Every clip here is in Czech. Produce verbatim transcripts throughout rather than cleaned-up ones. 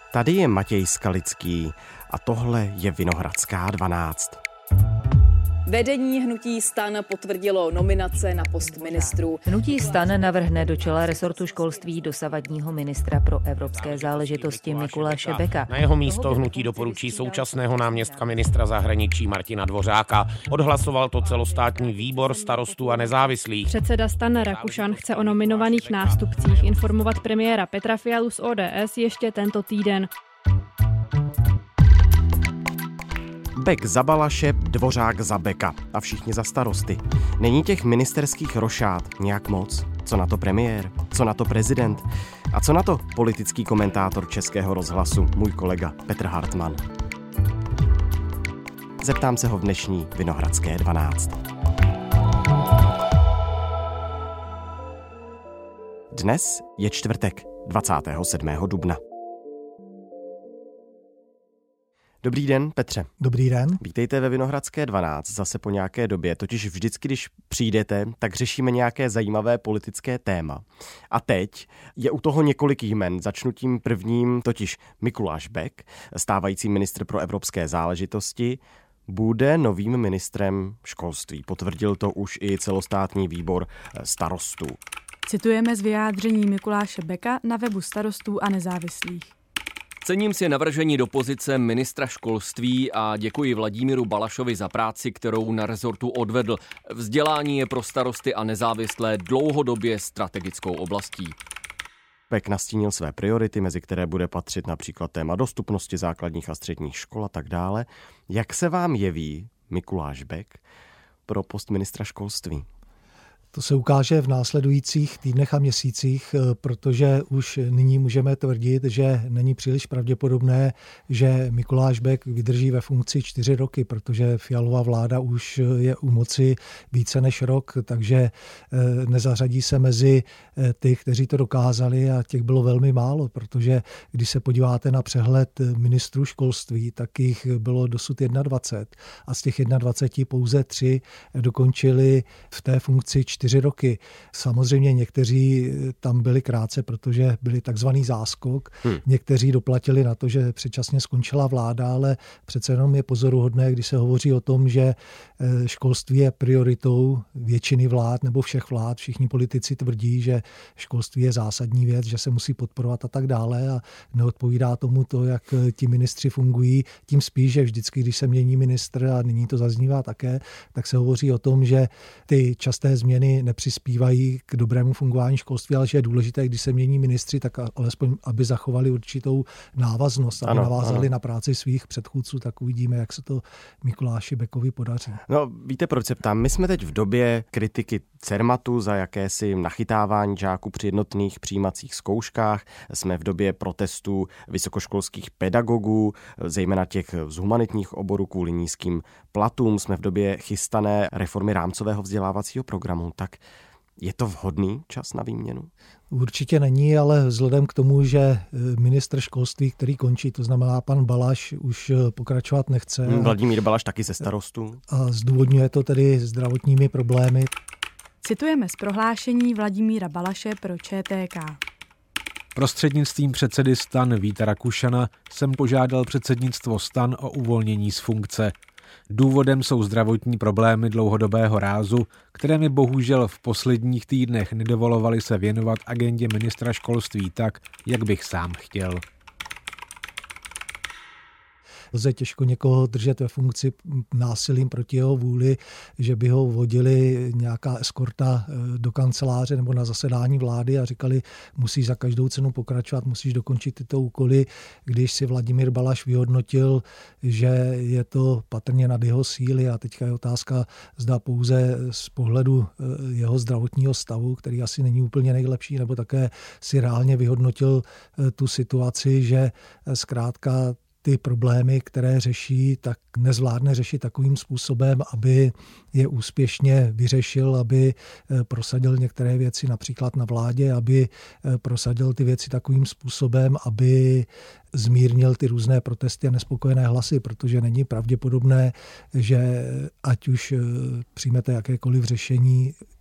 Tady je Matěj Skalický a tohle je Vinohradská dvanáct. Vedení hnutí STAN potvrdilo nominace na post ministrů. Hnutí STAN navrhne do čela resortu školství dosavadního ministra pro evropské záležitosti Mikuláše Beka. Na jeho místo hnutí doporučí současného náměstka ministra zahraničí Martina Dvořáka. Odhlasoval to celostátní výbor Starostů a nezávislých. Předseda STAN Rakušan chce o nominovaných nástupcích informovat premiéra Petra Fialu z O D S ještě tento týden. Bek za Balaše, Dvořák za Beka a všichni za Starosty. Není těch ministerských rošád nějak moc? Co na to premiér? Co na to prezident? A co na to politický komentátor Českého rozhlasu, můj kolega Petr Hartmann? Zeptám se ho v dnešní Vinohradské dvanáct. Dnes je čtvrtek, dvacátého sedmého dubna. Dobrý den, Petře. Dobrý den. Vítejte ve Vinohradské dvanáct zase po nějaké době, totiž vždycky, když přijdete, tak řešíme nějaké zajímavé politické téma. A teď je u toho několik jmen. Začnu tím prvním, totiž Mikuláš Bek, stávající ministr pro evropské záležitosti, bude novým ministrem školství. Potvrdil to už i celostátní výbor Starostů. Citujeme z vyjádření Mikuláše Beka na webu Starostů a nezávislých. Cením si navržení do pozice ministra školství a děkuji Vladimíru Balašovi za práci, kterou na rezortu odvedl. Vzdělání je pro Starosty a nezávislé dlouhodobě strategickou oblastí. Bek nastínil své priority, mezi které bude patřit například téma dostupnosti základních a středních škol a tak dále. Jak se vám jeví Mikuláš Bek pro post ministra školství? To se ukáže v následujících týdnech a měsících, protože už nyní můžeme tvrdit, že není příliš pravděpodobné, že Mikuláš Bek vydrží ve funkci čtyři roky, protože Fialova vláda už je u moci více než rok, takže nezařadí se mezi ty, kteří to dokázali, a těch bylo velmi málo, protože když se podíváte na přehled ministrů školství, tak jich bylo dosud dvacet jedna a z těch dvacet jedna pouze tři dokončili v té funkci čtyři roky. Samozřejmě někteří tam byli krátce, protože byli takzvaný záskok. Hmm. Někteří doplatili na to, že předčasně skončila vláda, ale přece jenom je pozoruhodné, když se hovoří o tom, že školství je prioritou většiny vlád nebo všech vlád. Všichni politici tvrdí, že školství je zásadní věc, že se musí podporovat a tak dále, a neodpovídá tomu to, jak ti ministři fungují. Tím spíš, že vždycky, když se mění ministr, a nyní to zaznívá také, tak se hovoří o tom, že ty časté změny nepřispívají k dobrému fungování školství, ale že je důležité, když se mění ministři, tak alespoň, aby zachovali určitou návaznost, aby ano, navázali ano. na práci svých předchůdců, tak uvidíme, jak se to Mikuláši Bekovi podaří. No, víte, proč se ptám? My jsme teď v době kritiky Cermatu za jakési nachytávání žáků při jednotných přijímacích zkouškách. Jsme v době protestů vysokoškolských pedagogů, zejména těch z humanitních oborů kvůli nízkým platům. Jsme v době chystané reformy rámcového vzdělávacího programu. Tak je to vhodný čas na výměnu? Určitě není, ale vzhledem k tomu, že ministr školství, který končí, to znamená pan Balaš, už pokračovat nechce. Vladimír Balaš taky ze Starostů. A zdůvodňuje to tedy zdravotními problémy. Citujeme z prohlášení Vladimíra Balaše pro Č T K. Prostřednictvím předsedy STAN Víta Rakušana jsem požádal předsednictvo STAN o uvolnění z funkce. Důvodem jsou zdravotní problémy dlouhodobého rázu, které mi bohužel v posledních týdnech nedovolovaly se věnovat agendě ministra školství tak, jak bych sám chtěl. Lze těžko někoho držet ve funkci násilím proti jeho vůli, že by ho vodili nějaká eskorta do kanceláře nebo na zasedání vlády a říkali, musíš za každou cenu pokračovat, musíš dokončit tyto úkoly, když si Vladimír Balaš vyhodnotil, že je to patrně nad jeho síly, a teďka je otázka, zda pouze z pohledu jeho zdravotního stavu, který asi není úplně nejlepší, nebo také si reálně vyhodnotil tu situaci, že zkrátka ty problémy, které řeší, tak nezvládne řešit takovým způsobem, aby je úspěšně vyřešil, aby prosadil některé věci například na vládě, aby prosadil ty věci takovým způsobem, aby zmírnil ty různé protesty a nespokojené hlasy, protože není pravděpodobné, že ať už přijmete jakékoliv řešení,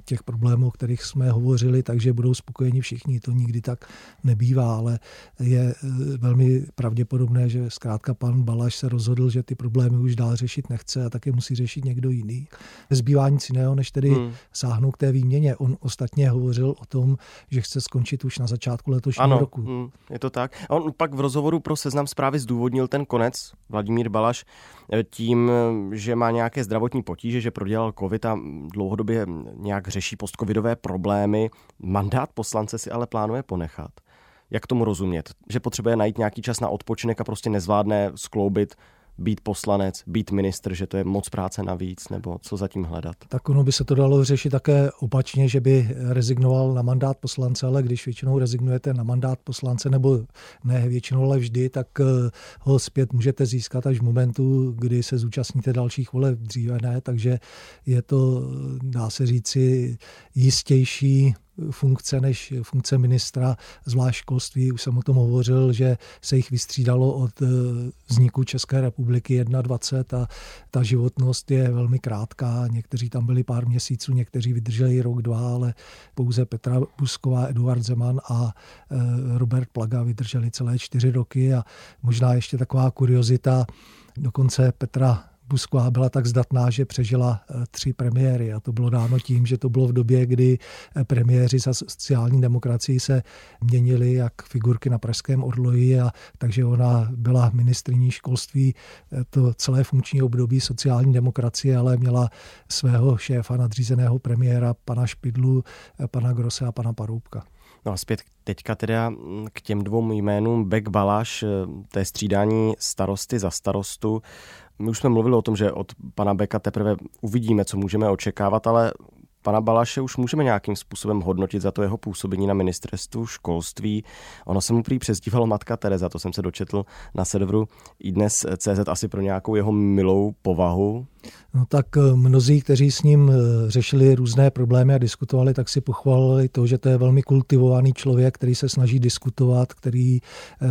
těch problémů, o kterých jsme hovořili, takže budou spokojeni všichni. To nikdy tak nebývá, ale je velmi pravděpodobné, že zkrátka pan Balaš se rozhodl, že ty problémy už dál řešit nechce a také musí řešit někdo jiný. Nezbývá nic jiného, než tedy hmm. sáhnout k té výměně. On ostatně hovořil o tom, že chce skončit už na začátku letošního ano, roku. Hmm, je to tak. A on pak v rozhovoru pro Seznam Zprávy zdůvodnil ten konec, Vladimír Balaš, tím, že má nějaké zdravotní potíže, že prodělal covid a dlouhodobě nějak řeší postcovidové problémy. Mandát poslance si ale plánuje ponechat. Jak tomu rozumět? Že potřebuje najít nějaký čas na odpočinek a prostě nezvládne skloubit být poslanec, být ministr, že to je moc práce navíc, nebo co zatím hledat? Tak ono by se to dalo řešit také opačně, že by rezignoval na mandát poslance, ale když většinou rezignujete na mandát poslance, nebo ne většinou, ale vždy, tak ho zpět můžete získat až v momentu, kdy se zúčastníte dalších voleb, dříve ne, takže je to, dá se říci, jistější funkce než funkce ministra, zvlášť školství. Už jsem o tom hovořil, že se jich vystřídalo od vzniku České republiky dvacet jedna a ta životnost je velmi krátká. Někteří tam byli pár měsíců, někteří vydrželi rok, dva, ale pouze Petra Buzková, Eduard Zeman a Robert Plaga vydrželi celé čtyři roky a možná ještě taková kuriozita, dokonce Petra Buzková byla tak zdatná, že přežila tři premiéry a to bylo dáno tím, že to bylo v době, kdy premiéři za sociální demokracii se měnili jak figurky na pražském orloji a takže ona byla ministryní školství to celé funkční období sociální demokracie, ale měla svého šéfa nadřízeného premiéra pana Špidlu, pana Grosse a pana Paroubka. No a zpět teďka teda k těm dvou jménům Bek Balaš, té střídání starosty za starostu. My už jsme mluvili o tom, že od pana Beka teprve uvidíme, co můžeme očekávat, ale pana Balaše už můžeme nějakým způsobem hodnotit za to jeho působení na ministerstvu školství. Ono se mu prý přezdívalo Matka Tereza, to jsem se dočetl na serveru iDnes tečka cé zet asi pro nějakou jeho milou povahu. No tak mnozí, kteří s ním řešili různé problémy a diskutovali, tak si pochválili to, že to je velmi kultivovaný člověk, který se snaží diskutovat, který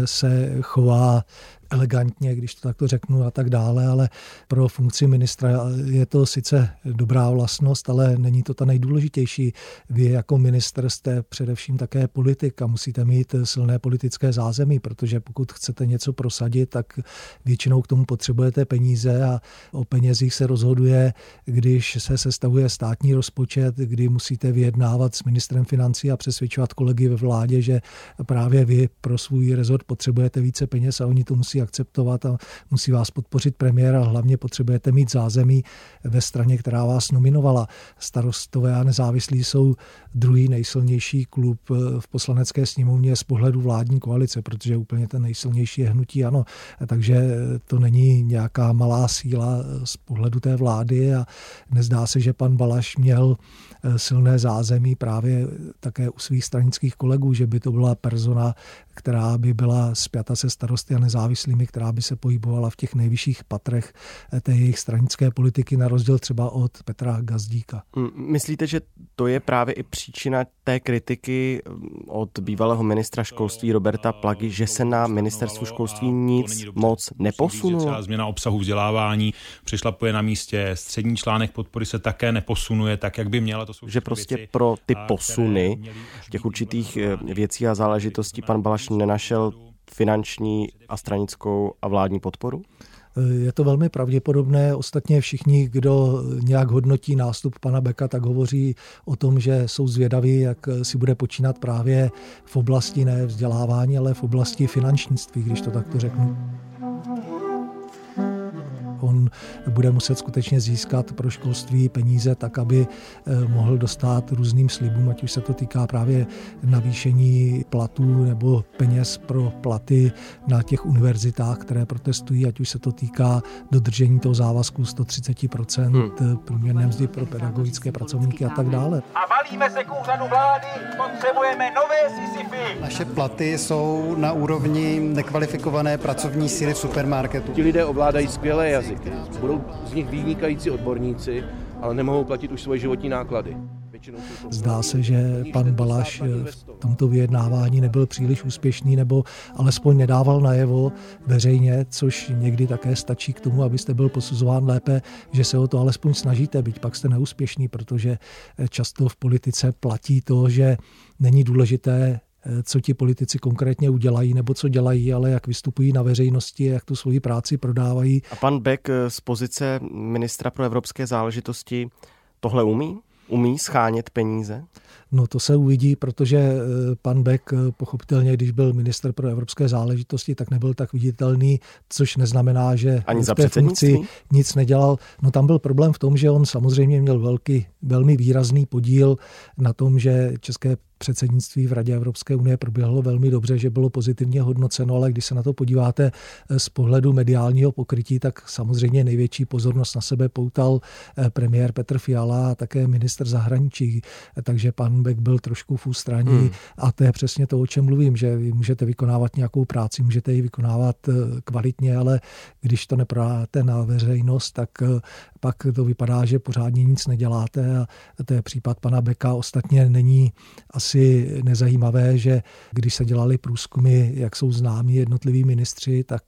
se chová elegantně, když to takto řeknu a tak dále, ale pro funkci ministra je to sice dobrá vlastnost, ale není to ta nejdůležitější. Vy jako ministr jste především také politik a musíte mít silné politické zázemí, protože pokud chcete něco prosadit, tak většinou k tomu potřebujete peníze a o penězích se rozhoduje, když se sestavuje státní rozpočet, kdy musíte vyjednávat s ministrem financí a přesvědčovat kolegy ve vládě, že právě vy pro svůj rezort potřebujete více peněz a oni to musí akceptovat a musí vás podpořit premiér a hlavně potřebujete mít zázemí ve straně, která vás nominovala. Starostové a nezávislí jsou druhý nejsilnější klub v poslanecké sněmovně z pohledu vládní koalice, protože úplně ten nejsilnější je hnutí ANO. Takže to není nějaká malá síla z pohledu té vlády a nezdá se, že pan Balaš měl silné zázemí právě také u svých stranických kolegů, že by to byla persona, která by byla spjata se starosty a nezávislými, která by se pohybovala v těch nejvyšších patrech té jejich stranické politiky, na rozdíl třeba od Petra Gazdíka. Myslíte, že to je právě i příčina té kritiky od bývalého ministra školství Roberta Plagy, že se na ministerstvu školství nic moc neposunulo? Celá změna obsahu vzdělávání přešlapuje na místě, střední článek podpory se také neposunuje tak, jak by měla. To jsou že prostě pro ty posuny těch určitých věcí a záležitostí pan Balaš nenašel finanční a stranickou a vládní podporu? Je to velmi pravděpodobné. Ostatně všichni, kdo nějak hodnotí nástup pana Beka, tak hovoří o tom, že jsou zvědaví, jak si bude počínat právě v oblasti ne vzdělávání, ale v oblasti finančnictví, když to takto řeknu. On bude muset skutečně získat pro školství peníze tak, aby mohl dostát různým slibům, ať už se to týká právě navýšení platů nebo peněz pro platy na těch univerzitách, které protestují, ať už se to týká dodržení toho závazku sto třicet procent hmm. průměrné mzdy pro pedagogické pracovníky a tak dále. A valíme se k úřadu vlády, potřebujeme nové Sisyfy. Naše platy jsou na úrovni nekvalifikované pracovní síly v supermarketu. Ti lidé ovládají skvělé jazyky. Budou z nich vynikající odborníci, ale nemohou platit už svoje životní náklady. Zdá se, že pan Balaš v tomto vyjednávání nebyl příliš úspěšný, nebo alespoň nedával najevo veřejně, což někdy také stačí k tomu, abyste byl posuzován lépe, že se o to alespoň snažíte, byť pak jste neúspěšný, protože často v politice platí to, že není důležité, co ti politici konkrétně udělají nebo co dělají, ale jak vystupují na veřejnosti, jak tu svoji práci prodávají. A pan Bek z pozice ministra pro evropské záležitosti tohle umí? Umí schánět peníze? No to se uvidí, protože pan Bek pochopitelně, když byl ministr pro evropské záležitosti, tak nebyl tak viditelný, což neznamená, že ani v té funkci nic nedělal. No tam byl problém v tom, že on samozřejmě měl velký, velmi výrazný podíl na tom, že české předsednictví v Radě Evropské unie proběhlo velmi dobře, že bylo pozitivně hodnoceno, ale když se na to podíváte z pohledu mediálního pokrytí, tak samozřejmě největší pozornost na sebe poutal premiér Petr Fiala a také ministr zahraničí, takže pan Bek byl trošku v ústraní hmm. a to je přesně to, o čem mluvím, že vy můžete vykonávat nějakou práci, můžete ji vykonávat kvalitně, ale když to neprodáte na veřejnost, tak pak to vypadá, že pořádně nic neděláte a to je případ pana Beka. Ostatně není asi nezajímavé, že když se dělali průzkumy, jak jsou známí jednotliví ministři, tak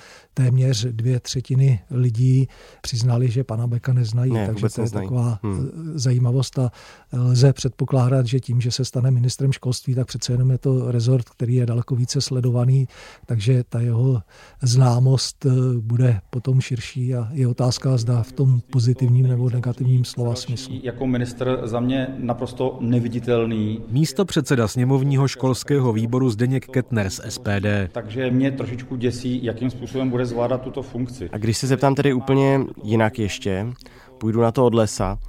téměř dvě třetiny lidí přiznali, že pana Beka neznají. Ne, takže to je neznají. taková hmm. zajímavost a lze předpokládat, že tím, že se stane ministrem školství, tak přece jenom je to rezort, který je daleko více sledovaný, takže ta jeho známost bude potom širší a je otázka, zda v tom pozitivním nebo negativním slova smyslu. Jako ministr za mě naprosto neviditelný. Místo předseda sněmovního školského výboru Zdeněk Kettner z S P D. Takže mě trošičku děsí, jakým způsobem bude zvládat tuto funkci. A když se zeptám tedy úplně jinak ještě, půjdu na to od lesa,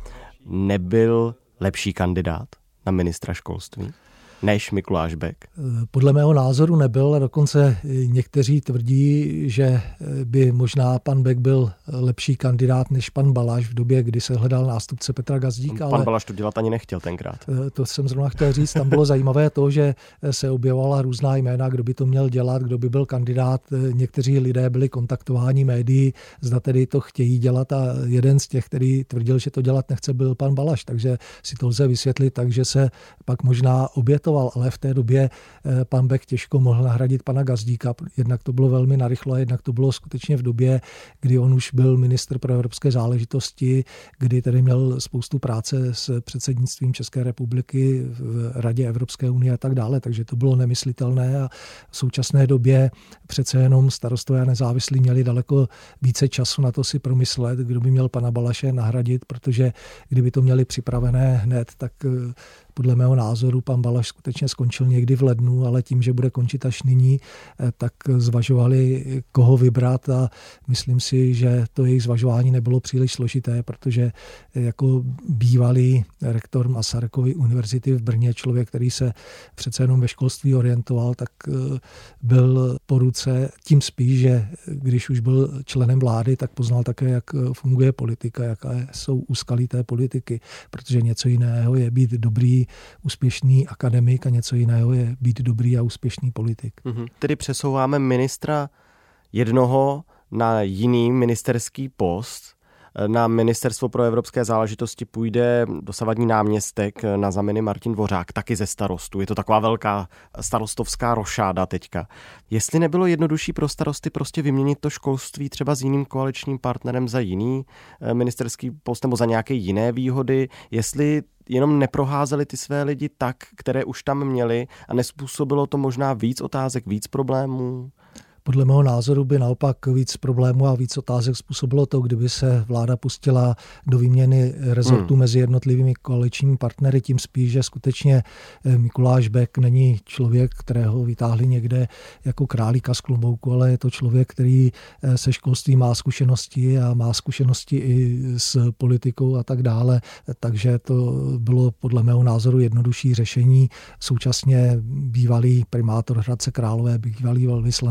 nebyl lepší kandidát na ministra školství než Mikuláš Bek? Podle mého názoru nebyl, a dokonce někteří tvrdí, že by možná pan Bek byl lepší kandidát než pan Balaš v době, kdy se hledal nástupce Petra Gazdíka. Pan ale Balaš to dělat ani nechtěl tenkrát. To jsem zrovna chtěl říct. Tam bylo zajímavé to, že se objevovala různá jména, kdo by to měl dělat, kdo by byl kandidát. Někteří lidé byli kontaktováni médií, zda tedy to chtějí dělat a jeden z těch, který tvrdil, že to dělat nechce, byl pan Balaš. Takže si to lze vysvětlit, takže se pak možná obětoval, ale v té době pan Bek těžko mohl nahradit pana Gazdíka. Jednak to bylo velmi narychlo, jednak to bylo skutečně v době, kdy on už byl ministr pro evropské záležitosti, kdy tedy měl spoustu práce s předsednictvím České republiky v Radě Evropské unie a tak dále, takže to bylo nemyslitelné a v současné době přece jenom Starostové a nezávislí měli daleko více času na to si promyslet, kdo by měl pana Balaše nahradit, protože kdyby to měli připravené hned, tak podle mého názoru pan Balaš skutečně skončil někdy v lednu, ale tím, že bude končit až nyní, tak zvažovali, koho vybrat a myslím si, že to jejich zvažování nebylo příliš složité, protože jako bývalý rektor Masarykovy univerzity v Brně, člověk, který se přece jenom ve školství orientoval, tak byl po ruce, tím spíš, že když už byl členem vlády, tak poznal také, jak funguje politika, jaké jsou úskalí té politiky, protože něco jiného je být dobrý, úspěšný akademik a něco jiného je být dobrý a úspěšný politik. Mm-hmm. Tedy přesouváme ministra jednoho na jiný ministerský post. Na Ministerstvo pro evropské záležitosti půjde dosavadní náměstek na zamini Martin Dvořák, taky ze Starostů. Je to taková velká starostovská rošáda teďka. Jestli nebylo jednodušší pro starosty prostě vyměnit to školství třeba s jiným koaličním partnerem za jiný ministerský post nebo za nějaké jiné výhody, jestli jenom neproházeli ty své lidi tak, které už tam měli a nespůsobilo to možná víc otázek, víc problémů? Podle mého názoru by naopak víc problémů a víc otázek způsobilo to, kdyby se vláda pustila do výměny rezortů hmm. mezi jednotlivými koaličními partnery, tím spíš, že skutečně Mikuláš Bek není člověk, kterého vytáhli někde jako králíka z klobouku, ale je to člověk, který se školství má zkušenosti a má zkušenosti i s politikou a tak dále, takže to bylo podle mého názoru jednodušší řešení. Současně bývalý primátor Hradce Králové, bývalý velvyslanec, nyní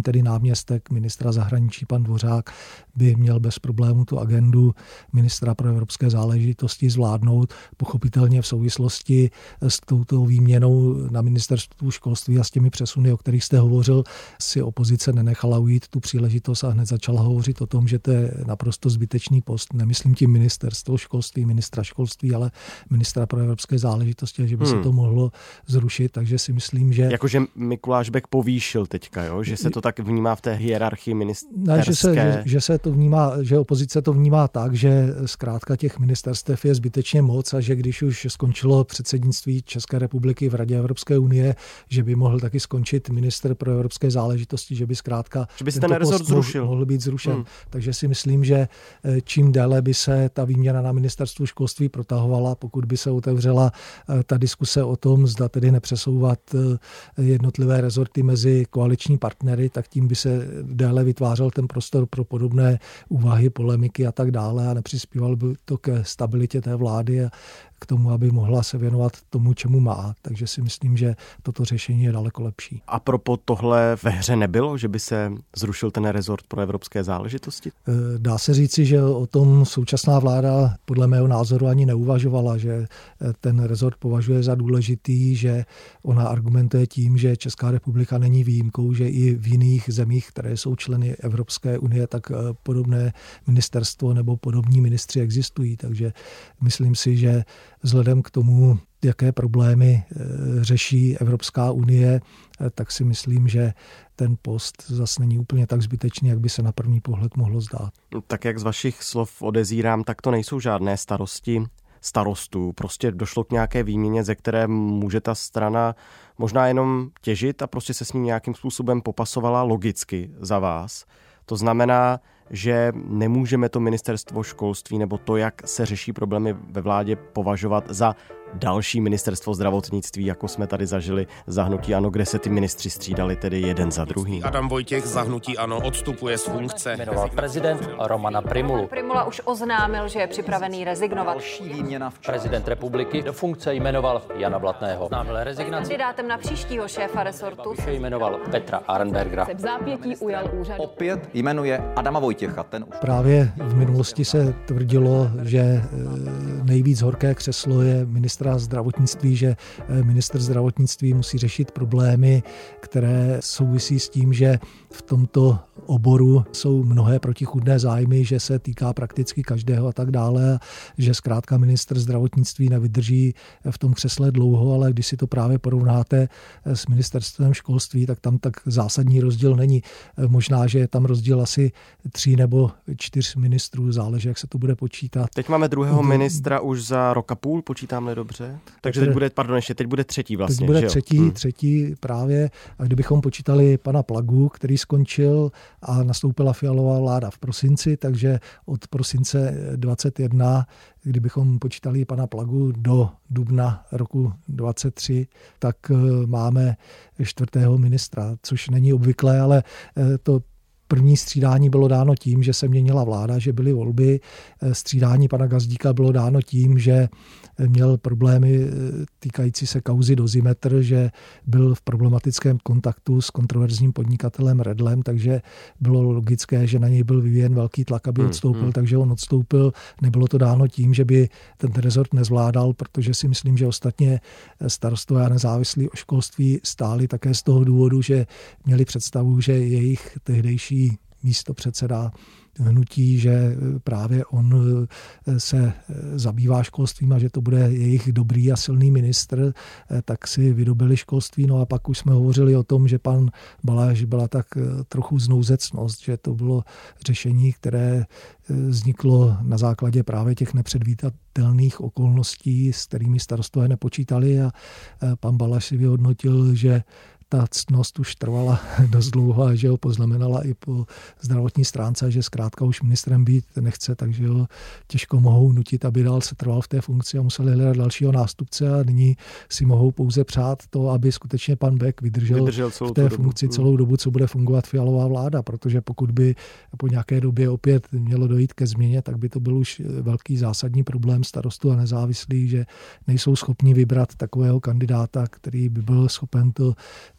tedy náměstek ministra zahraničí pan Dvořák by měl bez problému tu agendu ministra pro evropské záležitosti zvládnout. Pochopitelně v souvislosti s touto výměnou na ministerstvu školství a s těmi přesuny, o kterých jste hovořil, si opozice nenechala ujít tu příležitost a hned začala hovořit o tom, že to je naprosto zbytečný post. Nemyslím tím ministerstvo školství, ministra školství, ale ministra pro evropské záležitosti, a že by hmm. se to mohlo zrušit, takže si myslím, že... Jakože Mikuláš Bek povýšil teďka, jo? Že se to tak vnímá v té hierarchii ministerské... Ne, že, se, že, že se to vnímá, že opozice to vnímá tak, že zkrátka těch ministerstev je zbytečně moc a že když už skončilo předsednictví České republiky v Radě Evropské unie, že by mohl taky skončit ministr pro evropské záležitosti, že by zkrátka že by se ten rezort zrušil. Mohl být zrušen. Hmm. Takže si myslím, že čím déle by se ta výměna na ministerstvu školství protahovala, pokud by se otevřela ta diskuse o tom, zda tedy nepřesouvat jednotlivé rezorty mezi koaliční partnery, tak tím by se déle vytvářel ten prostor pro podobné úvahy, polemiky a tak dále a nepřispíval by to ke stabilitě té vlády a k tomu, aby mohla se věnovat tomu, čemu má. Takže si myslím, že toto řešení je daleko lepší. A propo tohle ve hře nebylo, že by se zrušil ten rezort pro evropské záležitosti? Dá se říci, že o tom současná vláda podle mého názoru ani neuvažovala, že ten rezort považuje za důležitý, že ona argumentuje tím, že Česká republika není výjimkou, že i v jiných zemích, které jsou členy Evropské unie, tak podobné ministerstvo nebo podobní ministři existují. Takže myslím si, že vzhledem k tomu, jaké problémy řeší Evropská unie, tak si myslím, že ten post zase není úplně tak zbytečný, jak by se na první pohled mohlo zdát. Tak jak z vašich slov odezírám, tak to nejsou žádné starosti starostů. Prostě došlo k nějaké výměně, ze které může ta strana možná jenom těžit a prostě se s ním nějakým způsobem popasovala logicky za vás. To znamená, že nemůžeme to ministerstvo školství nebo to, jak se řeší problémy ve vládě, považovat za další ministerstvo zdravotnictví, jako jsme tady zažili za hnutí ANO, kde se ty ministři střídali tedy jeden za druhý. Adam Vojtěch za hnutí ANO odstupuje z funkce. Jmenoval prezident Romana Primulu. Primula už oznámil, že je připravený rezignovat. Prezident republiky do funkce jmenoval Jana Blatného. Oznámil rezignaci. Kandidátem na příštího šéfa resortu se jmenoval Petra Arenbergera. Se v zápětí ujal úřad. Opět jmenuje Adama Vojtěcha. Ten už... Právě v minulosti se tvrdilo, že nejvíc horké křeslo je ministr zdravotnictví, že ministr zdravotnictví musí řešit problémy, které souvisí s tím, že v tomto oboru jsou mnohé protichůdné zájmy, že se týká prakticky každého a tak dále, že zkrátka ministr zdravotnictví nevydrží v tom křesle dlouho, ale když si to právě porovnáte s ministerstvem školství, tak tam tak zásadní rozdíl není. Možná, že je tam rozdíl asi tří nebo čtyř ministrů, záleží, jak se to bude počítat. Teď máme druhého ministra už za rok a půl, počítáme dobře. Takže teď bude, pardon, ještě teď bude třetí vlastně. Teď bude že třetí, hmm. třetí právě. A kdybychom počítali pana Plagu, který skončil a nastoupila Fialová vláda v prosinci, takže od prosince dvacet jedna, kdybychom počítali pana Plagu do dubna roku dvacet tři, tak máme čtvrtého ministra, což není obvyklé, ale to první střídání bylo dáno tím, že se měnila vláda, že byly volby. Střídání pana Gazdíka bylo dáno tím, že měl problémy týkající se kauzy Dozimetr, že byl v problematickém kontaktu s kontroverzním podnikatelem Redlem, takže bylo logické, že na něj byl vyvíjen velký tlak, aby odstoupil, hmm, hmm. takže on odstoupil. Nebylo to dáno tím, že by ten rezort nezvládal, protože si myslím, že ostatně starostové a nezávislí o školství stáli také z toho důvodu, že měli představu, že jejich tehdejší místopředseda hnutí, že právě on se zabývá školstvím a že to bude jejich dobrý a silný ministr, tak si vydobili školství. No a pak už jsme hovořili o tom, že pan Balaš byla tak trochu znouzecnost, že to bylo řešení, které vzniklo na základě právě těch nepředvídatelných okolností, s kterými starostové nepočítali, a pan Balaš si vyhodnotil, že ta ctnost už trvala dost dlouho a že ho poznamenala i po zdravotní stránce, že zkrátka už ministrem být nechce, takže ho těžko mohou nutit, aby dál se trval v té funkci a museli hledat dalšího nástupce, a nyní si mohou pouze přát to, aby skutečně pan Bek vydržel, vydržel v té funkci dobu. celou dobu, co bude fungovat Fialová vláda, protože pokud by po nějaké době opět mělo dojít ke změně, tak by to byl už velký zásadní problém starostů a nezávislých, že nejsou schopni vybrat takového kandidáta, který by byl schopen to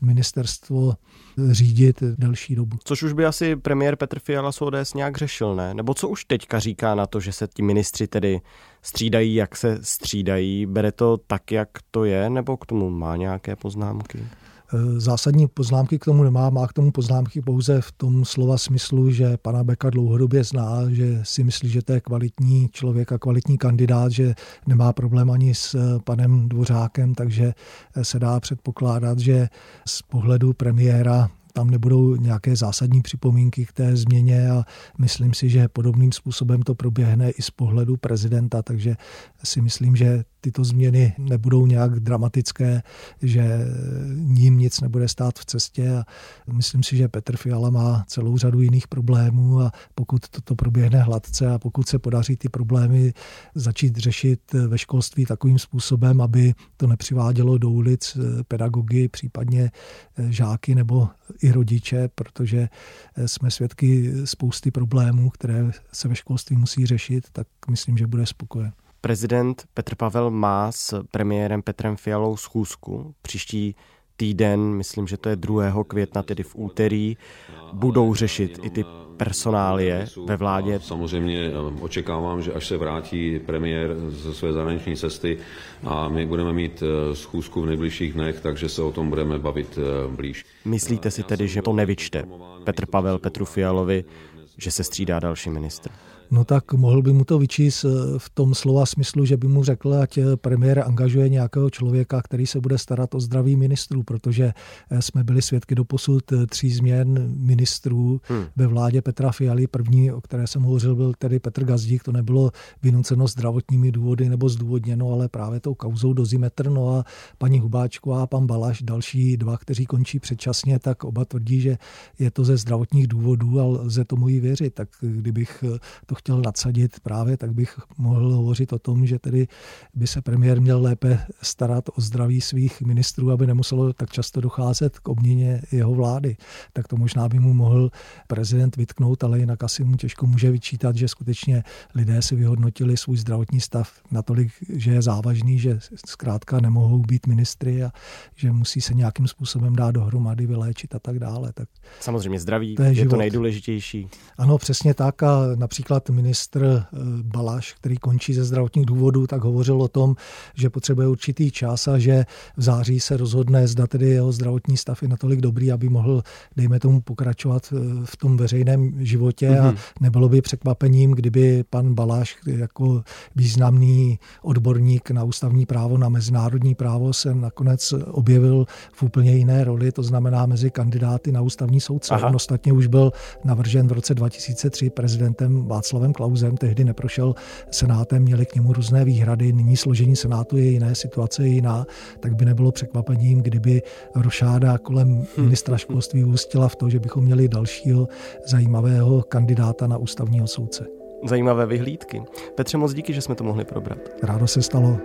ministerstvo řídit delší dobu. Což už by asi premiér Petr Fiala z O D S nějak řešil, ne? Nebo co už teďka říká na to, že se ti ministři tedy střídají, jak se střídají? Bere to tak, jak to je, nebo k tomu má nějaké poznámky? Zásadní poznámky k tomu nemá, má k tomu poznámky pouze v tom slova smyslu, že pana Beka dlouhodobě zná, že si myslí, že to je kvalitní člověk a kvalitní kandidát, že nemá problém ani s panem Dvořákem, takže se dá předpokládat, že z pohledu premiéra tam nebudou nějaké zásadní připomínky k té změně a myslím si, že podobným způsobem to proběhne i z pohledu prezidenta, takže si myslím, že tyto změny nebudou nějak dramatické, že ním nic nebude stát v cestě a myslím si, že Petr Fiala má celou řadu jiných problémů a pokud toto proběhne hladce a pokud se podaří ty problémy začít řešit ve školství takovým způsobem, aby to nepřivádělo do ulic pedagogy, případně žáky nebo i rodiče, protože jsme svědky spousty problémů, které se ve školství musí řešit, tak myslím, že bude spokojen. Prezident Petr Pavel má s premiérem Petrem Fialou schůzku. Příští týden, myslím, že to je druhého května, tedy v úterý, budou řešit i ty personálie ve vládě. Samozřejmě očekávám, že až se vrátí premiér ze své zahraniční cesty a my budeme mít schůzku v nejbližších dnech, takže se o tom budeme bavit blíž. Myslíte si tedy, že to nevyčte Petr Pavel Petru Fialovi, že se střídá další ministr? No tak mohl by mu to vyčíst v tom slova smyslu, že by mu řekl, ať premiér angažuje nějakého člověka, který se bude starat o zdraví ministrů, protože jsme byli svědky doposud tří změn ministrů hmm. ve vládě Petra Fialy. První, o které jsem hovořil, byl tedy Petr Gazdík. To nebylo vynuceno zdravotními důvody nebo zdůvodněno, ale právě tou kauzou Dozimetr. No a paní Hubáčková a pan Balaš, další dva, kteří končí předčasně, tak oba tvrdí, že je to ze zdravotních důvodů a lze tomu i věřit. Tak kdybych to chtěl nadsadit právě, tak bych mohl hovořit o tom, že tedy by se premiér měl lépe starat o zdraví svých ministrů, aby nemuselo tak často docházet k obměně jeho vlády. Tak to možná by mu mohl prezident vytknout, ale jinak asi mu těžko může vyčítat, že skutečně lidé si vyhodnotili svůj zdravotní stav natolik, že je závažný, že zkrátka nemohou být ministry a že musí se nějakým způsobem dát dohromady, vyléčit a tak dále. Tak samozřejmě zdraví to je, je to nejdůležitější. Ano, přesně tak a například ministr Balaš, který končí ze zdravotních důvodů, tak hovořil o tom, že potřebuje určitý čas a že v září se rozhodne, zda tedy jeho zdravotní stav je natolik dobrý, aby mohl, dejme tomu, pokračovat v tom veřejném životě mm-hmm. a nebylo by překvapením, kdyby pan Balaš jako významný odborník na ústavní právo, na mezinárodní právo se nakonec objevil v úplně jiné roli, to znamená mezi kandidáty na ústavní soudce. On ostatně už byl navržen v roce dva tisíce tři prezidentem Václavem Klausem, tehdy neprošel senátem, měli k němu různé výhrady, nyní složení senátu je jiné, situace je jiná, tak by nebylo překvapením, kdyby rošáda kolem ministra školství ústila v to, že bychom měli dalšího zajímavého kandidáta na ústavního soudce. Zajímavé vyhlídky. Petře, moc díky, že jsme to mohli probrat. Rádo se stalo.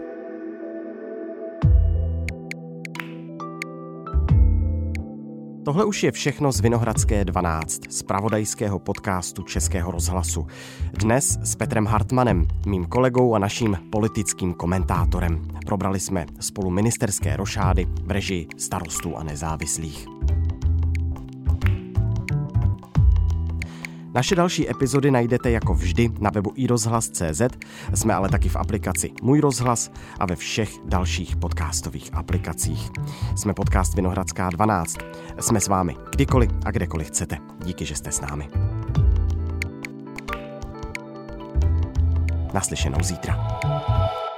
Tohle už je všechno z Vinohradské dvanáct, z zpravodajského podcastu Českého rozhlasu. Dnes s Petrem Hartmanem, mým kolegou a naším politickým komentátorem. Probrali jsme spolu ministerské rošády v režii Starostů a nezávislých. Naše další epizody najdete jako vždy na webu i rozhlas tečka cé zet, jsme ale taky v aplikaci Můj rozhlas a ve všech dalších podcastových aplikacích. Jsme podcast Vinohradská dvanáct. Jsme s vámi kdykoliv a kdekoliv chcete. Díky, že jste s námi. Naslyšenou zítra.